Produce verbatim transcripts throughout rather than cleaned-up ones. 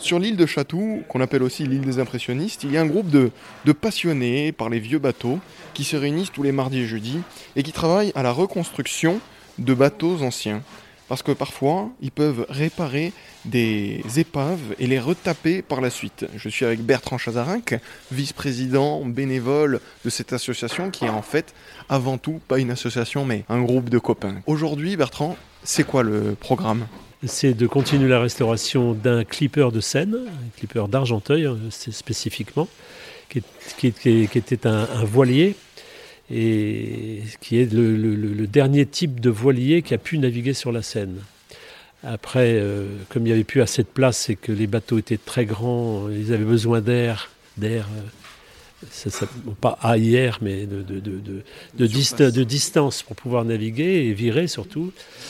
Sur l'île de Chatou, qu'on appelle aussi l'île des impressionnistes, il y a un groupe de, de passionnés par les vieux bateaux qui se réunissent tous les mardis et jeudis et qui travaillent à la reconstruction de bateaux anciens. Parce que parfois, ils peuvent réparer des épaves et les retaper par la suite. Je suis avec Bertrand Chazarinck, vice-président bénévole de cette association qui est en fait, avant tout, pas une association mais un groupe de copains. Aujourd'hui, Bertrand, c'est quoi le programme ? C'est de continuer la restauration d'un clipper de Seine, un clipper d'Argenteuil spécifiquement, qui, est, qui, est, qui était un, un voilier, et qui est le, le, le dernier type de voilier qui a pu naviguer sur la Seine. Après, euh, comme il n'y avait plus assez de place et que les bateaux étaient très grands, ils avaient besoin d'air, d'air euh, ça, ça, pas A I R, mais de, de, de, de, de, dista- de distance pour pouvoir naviguer et virer surtout.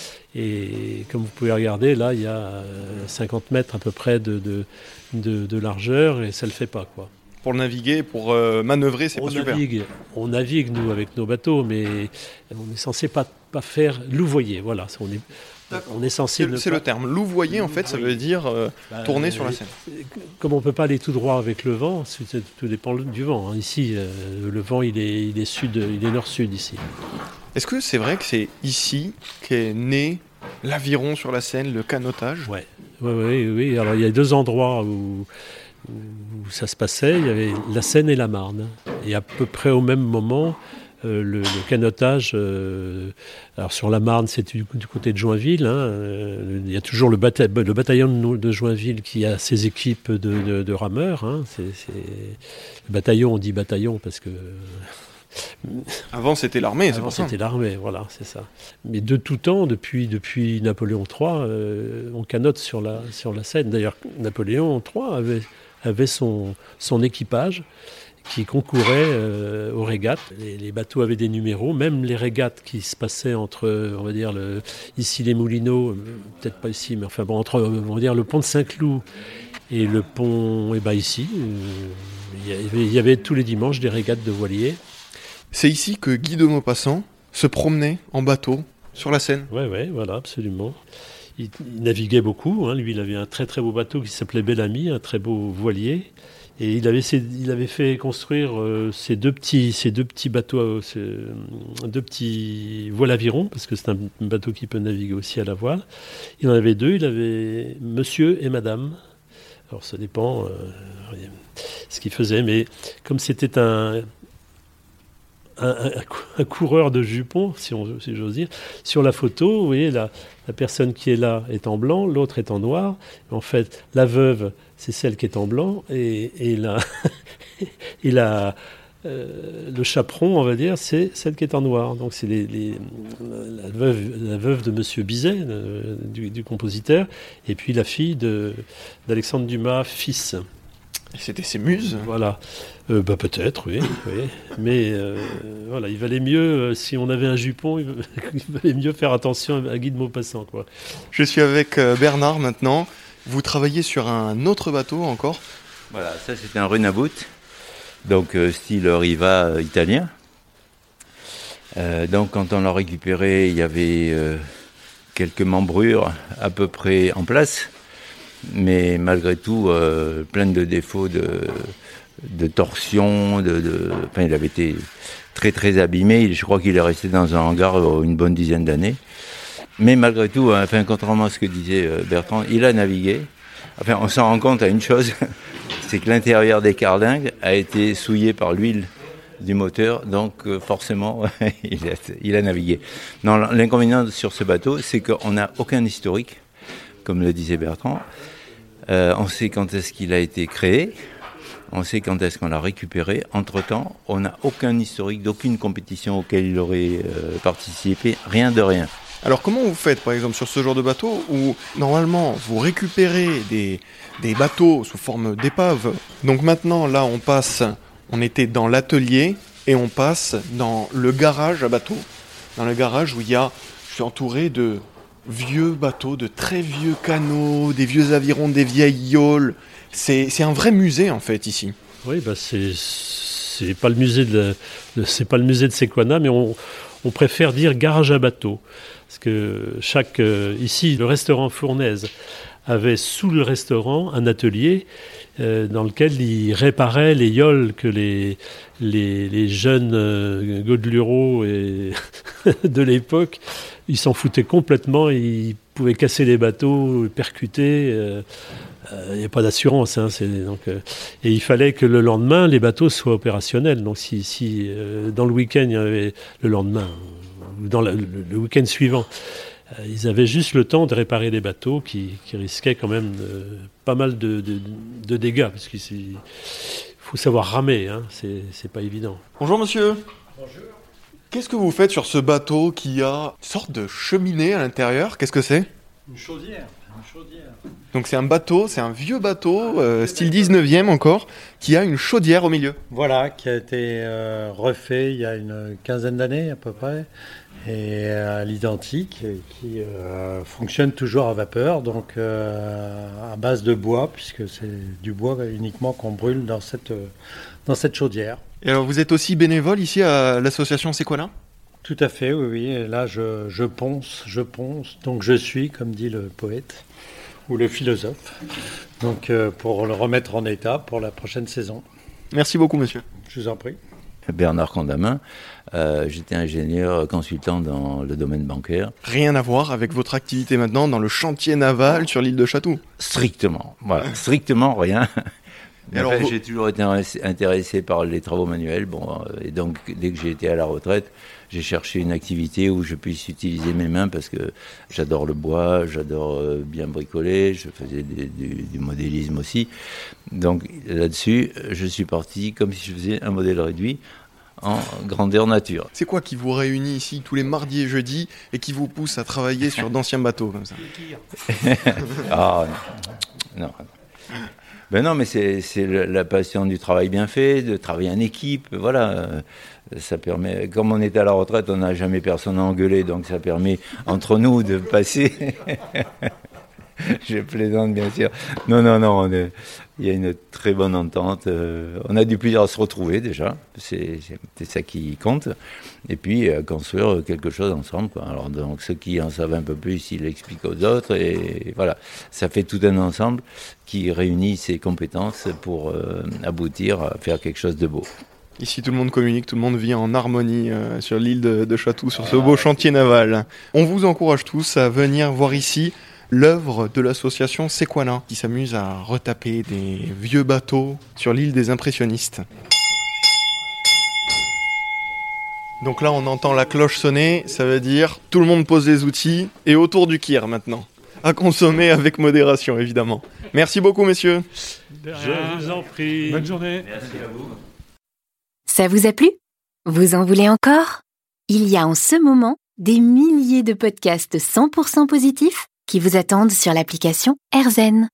Et comme vous pouvez regarder, là, il y a cinquante mètres à peu près de, de, de, de largeur et ça ne le fait pas, quoi. Pour naviguer, pour euh, manœuvrer, c'est on pas super. Navigue, on navigue, nous, avec nos bateaux, mais on est censé pas, pas faire louvoyer. Voilà, on est, on est censé... C'est, c'est pas... le terme. Louvoyer, en fait, ça veut dire euh, bah, tourner euh, sur la Seine. Comme on ne peut pas aller tout droit avec le vent, tout dépend du vent. Hein. Ici, euh, le vent, il est, il est sud, il est nord-sud, ici. Est-ce que c'est vrai que c'est ici qu'est né l'aviron sur la Seine, le canotage ? Oui, ouais, ouais, oui. Alors, il y a deux endroits où... où ça se passait, il y avait la Seine et la Marne. Et à peu près au même moment, euh, le, le canotage, euh, alors sur la Marne, c'est du, du côté de Joinville, hein, euh, il y a toujours le, bata- le bataillon de, de Joinville qui a ses équipes de, de, de rameurs. Hein, c'est, c'est... Le bataillon, on dit bataillon parce que... Avant, c'était l'armée, c'est Avant, pour ça. c'était l'armée, voilà, c'est ça. Mais de tout temps, depuis, depuis Napoléon trois, euh, on canote sur la, sur la Seine. D'ailleurs, Napoléon trois avait, avait son, son équipage qui concourait euh, aux régates. Les, les bateaux avaient des numéros, même les régates qui se passaient entre, on va dire, le, ici les Moulineaux, peut-être pas ici, mais enfin bon, entre, on va dire, le pont de Saint-Cloud et le pont, et ben ici, euh, il y avait, il y avait tous les dimanches des régates de voiliers. C'est ici que Guy de Maupassant se promenait en bateau sur la Seine. Oui, ouais, voilà, absolument. Il, il naviguait beaucoup. Hein. Lui, il avait un très très beau bateau qui s'appelait Bel-Ami, un très beau voilier. Et il avait, ses, il avait fait construire euh, ces, deux petits, ces deux petits bateaux, euh, ces, deux petits voiles-avirons, parce que c'est un bateau qui peut naviguer aussi à la voile. Il en avait deux. Il avait monsieur et madame. Alors ça dépend euh, ce qu'il faisait. Mais comme c'était un... Un, un, un coureur de jupons, si, on, si j'ose dire. Sur la photo, vous voyez, la, la personne qui est là est en blanc, l'autre est en noir. En fait, la veuve, c'est celle qui est en blanc, et, et, la, et la, euh, le chaperon, on va dire, c'est celle qui est en noir. Donc c'est les, les, la, veuve, la veuve de Monsieur Bizet, de, du, du compositeur, et puis la fille de, d'Alexandre Dumas, fils. C'était ses muses ? Voilà. Euh, bah, peut-être, oui. oui. Mais euh, voilà, il valait mieux, euh, si on avait un jupon, il, il valait mieux faire attention à Guy de Maupassant, quoi. Je suis avec euh, Bernard maintenant. Vous travaillez sur un autre bateau encore ? Voilà, ça c'est un Renabout, donc euh, style Riva euh, italien. Euh, donc quand on l'a récupéré, il y avait euh, quelques membrures à peu près en place. Mais malgré tout, euh, plein de défauts de, de torsion, de, de, enfin, il avait été très très abîmé. Je crois qu'il est resté dans un hangar une bonne dizaine d'années. Mais malgré tout, enfin, contrairement à ce que disait Bertrand, il a navigué. Enfin, on s'en rend compte à une chose, c'est que l'intérieur des cardingues a été souillé par l'huile du moteur, donc forcément, il, a, il a navigué. Non, l'inconvénient sur ce bateau, c'est qu'on n'a aucun historique, comme le disait Bertrand. Euh, on sait quand est-ce qu'il a été créé, on sait quand est-ce qu'on l'a récupéré. Entre-temps, on n'a aucun historique d'aucune compétition auquel il aurait euh, participé, rien de rien. Alors comment vous faites, par exemple, sur ce genre de bateau où, normalement, vous récupérez des, des bateaux sous forme d'épave. Donc maintenant, là, on passe, on était dans l'atelier et on passe dans le garage à bateau. Dans le garage où il y a, je suis entouré de vieux bateaux, de très vieux canots, des vieux avirons, des vieilles yaules. C'est, c'est un vrai musée, en fait, ici. Oui, bah c'est, c'est pas le musée de, de c'est pas le musée de Sequana, mais on, on préfère dire garage à bateau. Parce que chaque, euh, ici, le restaurant Fournaise avait sous le restaurant un atelier euh, dans lequel il réparait les yoles que les, les, les jeunes euh, godelureaux et de l'époque, ils s'en foutaient complètement, ils pouvaient casser les bateaux, percuter. Euh, il n'y a pas d'assurance. Hein, c'est, donc, euh, et il fallait que le lendemain, les bateaux soient opérationnels. Donc si, si euh, dans le week-end, il y avait le lendemain, ou dans la, le, le week-end suivant, euh, ils avaient juste le temps de réparer les bateaux qui, qui risquaient quand même euh, pas mal de, de, de dégâts, parce qu'il faut savoir ramer, hein, c'est, c'est pas évident. Bonjour monsieur. Bonjour. Qu'est-ce que vous faites sur ce bateau qui a une sorte de cheminée à l'intérieur? Qu'est-ce que c'est? Une chaudière. Une chaudière. Donc c'est un bateau, c'est un vieux bateau, euh, style dix-neuvième encore, qui a une chaudière au milieu. Voilà, qui a été euh, refait il y a une quinzaine d'années à peu près, et à l'identique, et qui euh, fonctionne toujours à vapeur, donc euh, à base de bois, puisque c'est du bois uniquement qu'on brûle dans cette, dans cette chaudière. Et alors vous êtes aussi bénévole ici à l'association C'est quoi là? Tout à fait, oui, oui. Et là, je, je ponce, je ponce, donc je suis, comme dit le poète. Ou le philosophe, donc euh, pour le remettre en état pour la prochaine saison. Merci beaucoup, monsieur. Je vous en prie. Bernard Condamin, euh, j'étais ingénieur consultant dans le domaine bancaire. Rien à voir avec votre activité maintenant dans le chantier naval sur l'île de Chatou. Strictement, voilà, strictement rien. Et alors, enfin, vous... J'ai toujours été intéressé par les travaux manuels, bon, et donc dès que j'ai été à la retraite, j'ai cherché une activité où je puisse utiliser mes mains parce que j'adore le bois, j'adore bien bricoler, je faisais des, du, du modélisme aussi. Donc là-dessus, je suis parti comme si je faisais un modèle réduit en grandeur nature. C'est quoi qui vous réunit ici tous les mardis et jeudis et qui vous pousse à travailler sur d'anciens bateaux comme ça? Ah non, non. Ben non, mais c'est, c'est la passion du travail bien fait, de travailler en équipe, voilà. Ça permet, comme on était à la retraite, on n'a jamais personne à engueuler, donc ça permet entre nous de passer. Je plaisante bien sûr. Non, non, non, on est, il y a une très bonne entente. Euh, on a du plaisir à se retrouver déjà, c'est, c'est ça qui compte. Et puis à construire quelque chose ensemble, quoi. Alors donc ceux qui en savent un peu plus, ils l'expliquent aux autres et voilà, ça fait tout un ensemble qui réunit ses compétences pour euh, aboutir à faire quelque chose de beau. Ici, tout le monde communique, tout le monde vit en harmonie euh, sur l'île de, de Chatou, sur ce beau chantier naval. On vous encourage tous à venir voir ici l'œuvre de l'association C'est quoi là, qui s'amuse à retaper des vieux bateaux sur l'île des impressionnistes. Donc là, on entend la cloche sonner, ça veut dire tout le monde pose les outils et autour du kir maintenant. À consommer avec modération, évidemment. Merci beaucoup, messieurs. Je vous en prie. Bonne journée. Merci à vous. Ça vous a plu? Vous en voulez encore? Il y a en ce moment des milliers de podcasts cent pour cent positifs qui vous attendent sur l'application AirZen.